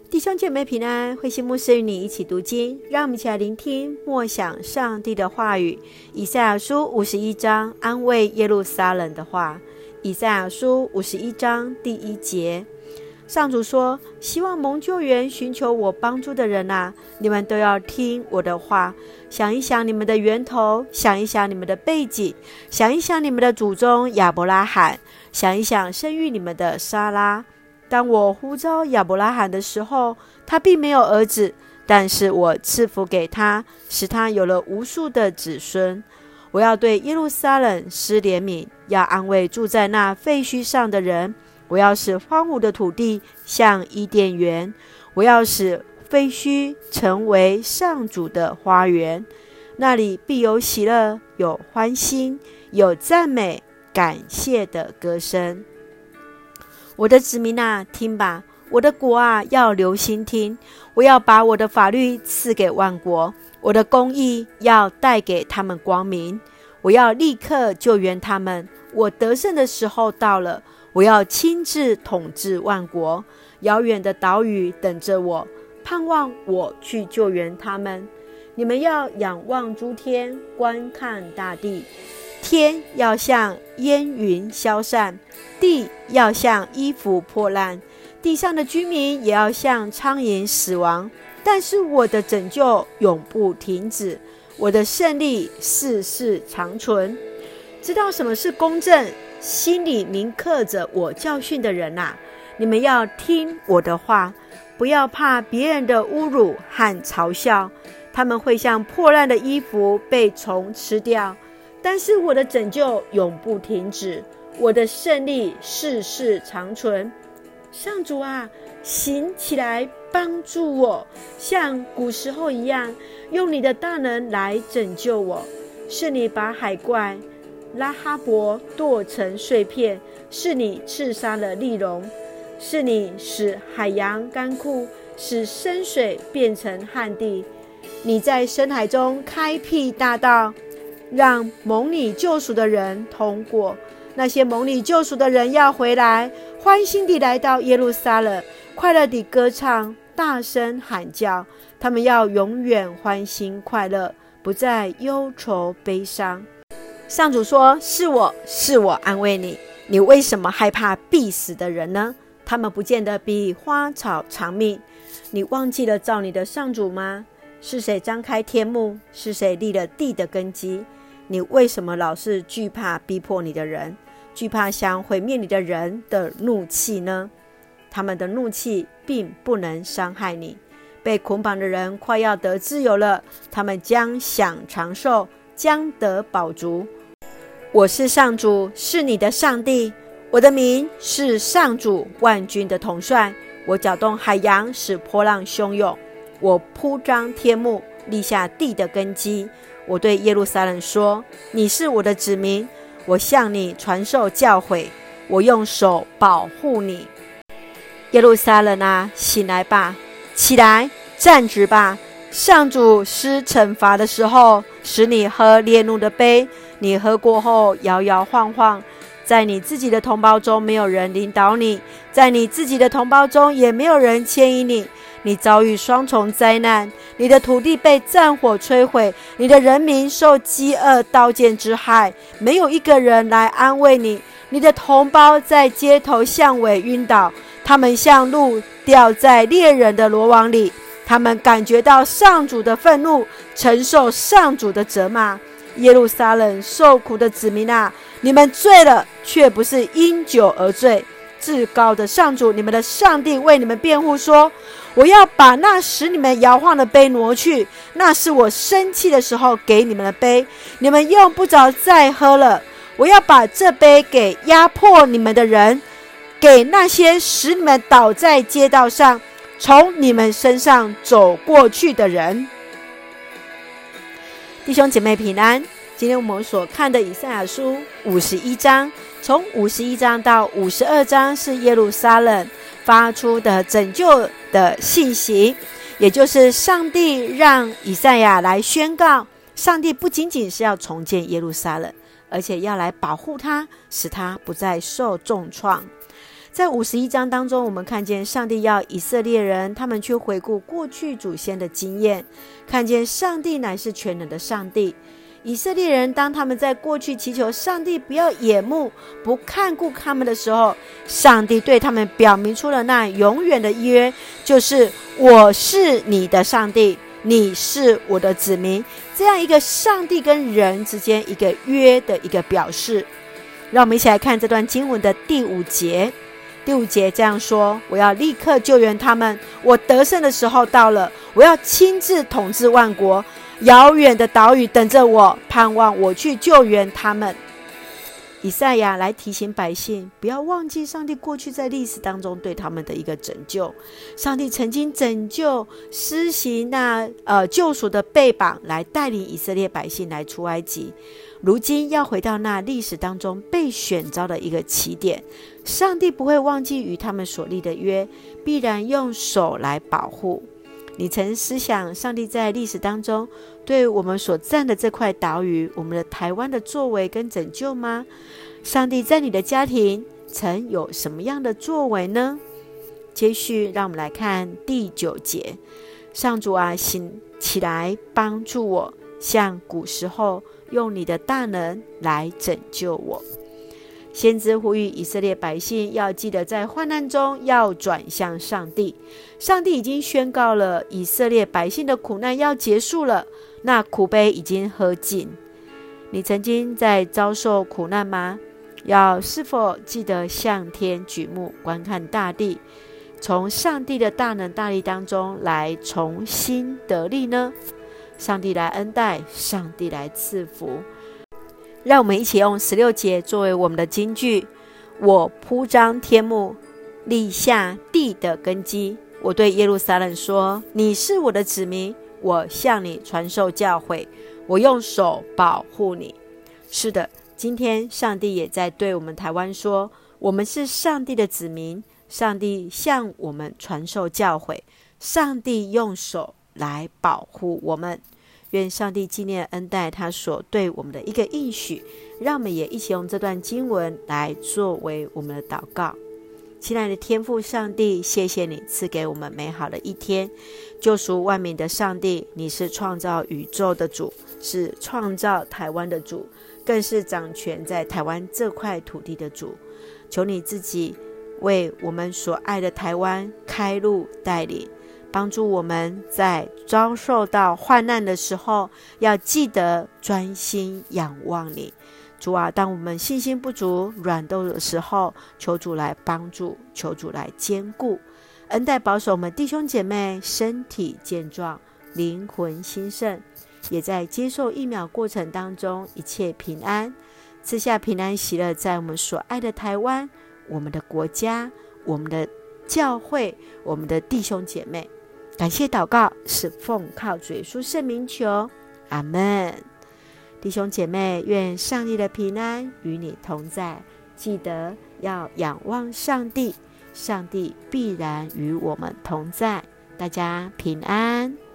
弟兄姐妹平安，慧馨牧师与你一起读经，让我们一起来聆听默想上帝的话语。以赛亚书51章，安慰耶路撒冷的话。以赛亚书51章第1节，上主说：希望蒙救援寻求我帮助的人啊，你们都要听我的话，想一想你们的源头，想一想你们的背景，想一想你们的祖宗亚伯拉罕，想一想生育你们的撒拉。当我呼召亚伯拉罕的时候，他并没有儿子，但是我赐福给他，使他有了无数的子孙。我要对耶路撒冷施怜悯，要安慰住在那废墟上的人。我要使荒芜的土地像伊甸园，我要使废墟成为上主的花园，那里必有喜乐，有欢欣，有赞美感谢的歌声。我的子民啊，听吧，我的国啊，要留心听。我要把我的法律赐给万国，我的公义要带给他们光明。我要立刻救援他们，我得胜的时候到了。我要亲自统治万国，遥远的岛屿等着我，盼望我去救援他们。你们要仰望诸天，观看大地。天要像烟云消散，地要像衣服破烂，地上的居民也要像苍蝇死亡。但是我的拯救永不停止，我的胜利世世长存。知道什么是公正，心里铭刻着我教训的人啊，你们要听我的话，不要怕别人的侮辱和嘲笑，他们会像破烂的衣服被虫吃掉。但是我的拯救永不停止，我的胜利世世长存。上主啊，行起来帮助我，像古时候一样，用你的大能来拯救我。是你把海怪拉哈伯剁成碎片，是你刺杀了利龙，是你使海洋干枯，使深水变成旱地。你在深海中开辟大道，让蒙你救赎的人通过。那些蒙你救赎的人要回来，欢欣地来到耶路撒冷，快乐地歌唱，大声喊叫。他们要永远欢欣快乐，不再忧愁悲伤。上主说：是我安慰你，你为什么害怕必死的人呢？他们不见得比花草长命。你忘记了造你的上主吗？是谁张开天幕？是谁立了地的根基？你为什么老是惧怕逼迫你的人，惧怕想毁灭你的人的怒气呢？他们的怒气并不能伤害你。被捆绑的人快要得自由了，他们将享长寿，将得饱足。我是上主，是你的上帝，我的名是上主万军的统帅。我搅动海洋，使波浪汹涌。我铺张天幕，立下地的根基。我对耶路撒冷说：你是我的子民，我向你传授教诲，我用手保护你。耶路撒冷啊，醒来吧，起来，站直吧。上主施惩罚的时候，使你喝烈怒的杯，你喝过后摇摇晃晃。在你自己的同胞中没有人领导你，在你自己的同胞中也没有人牵引你。你遭遇双重灾难，你的土地被战火摧毁，你的人民受饥饿刀剑之害，没有一个人来安慰你。你的同胞在街头巷尾晕倒，他们像鹿掉在猎人的罗网里。他们感觉到上主的愤怒，承受上主的责骂。耶路撒冷受苦的子民啊，你们醉了，却不是因酒而醉。至高的上主，你们的上帝为你们辩护说：我要把那使你们摇晃的杯挪去，那是我生气的时候给你们的杯，你们用不着再喝了。我要把这杯给压迫你们的人，给那些使你们倒在街道上，从你们身上走过去的人。弟兄姐妹平安，今天我们所看的以赛亚书51章，从51章到52章是耶路撒冷发出的拯救的信息，也就是上帝让以赛亚来宣告，上帝不仅仅是要重建耶路撒冷，而且要来保护他，使他不再受重创。 在51章当中，我们看见上帝要以色列人他们去回顾过去祖先的经验，看见上帝乃是全能的上帝。以色列人当他们在过去祈求上帝不要掩目不看顾他们的时候，上帝对他们表明出了那永远的约，就是我是你的上帝，你是我的子民，这样一个上帝跟人之间一个约的一个表示。让我们一起来看这段经文的第5节。第5节这样说，我要立刻救援他们，我得胜的时候到了，我要亲自统治万国，遥远的岛屿等着我，盼望我去救援他们。以赛亚来提醒百姓，不要忘记上帝过去在历史当中对他们的一个拯救。上帝曾经拯救施行那救赎的臂膀，来带领以色列百姓来出埃及。如今要回到那历史当中被选召的一个起点，上帝不会忘记与他们所立的约，必然用手来保护。你曾思想上帝在历史当中对我们所占的这块岛屿，我们的台湾的作为跟拯救吗？上帝在你的家庭曾有什么样的作为呢？接续让我们来看第9节。上主啊，醒起来帮助我，像古时候用你的大能来拯救我。先知呼吁以色列百姓要记得在患难中要转向上帝。上帝已经宣告了以色列百姓的苦难要结束了，那苦杯已经喝尽。你曾经在遭受苦难吗？是否记得向天举目观看大地，从上帝的大能大力当中来重新得力呢？上帝来恩待，上帝来赐福。让我们一起用16节作为我们的金句。我铺张天幕，立下地的根基。我对耶路撒冷说，你是我的子民，我向你传授教诲，我用手保护你。是的，今天上帝也在对我们台湾说，我们是上帝的子民，上帝向我们传授教诲，上帝用手来保护我们。愿上帝纪念恩待他所对我们的一个应许，让我们也一起用这段经文来作为我们的祷告。亲爱的天父上帝，谢谢你赐给我们美好的一天，救赎万民的上帝，你是创造宇宙的主，是创造台湾的主，更是掌权在台湾这块土地的主。求你自己为我们所爱的台湾开路带领，帮助我们在遭受到患难的时候，要记得专心仰望你。主啊，当我们信心不足软弱的时候，求主来帮助，求主来坚固，恩待保守我们弟兄姐妹身体健壮，灵魂兴盛，也在接受疫苗过程当中一切平安，赐下平安喜乐在我们所爱的台湾，我们的国家，我们的教会，我们的弟兄姐妹。感谢祷告是奉靠主耶稣圣名求，阿们。弟兄姐妹，愿上帝的平安与你同在，记得要仰望上帝，上帝必然与我们同在。大家平安。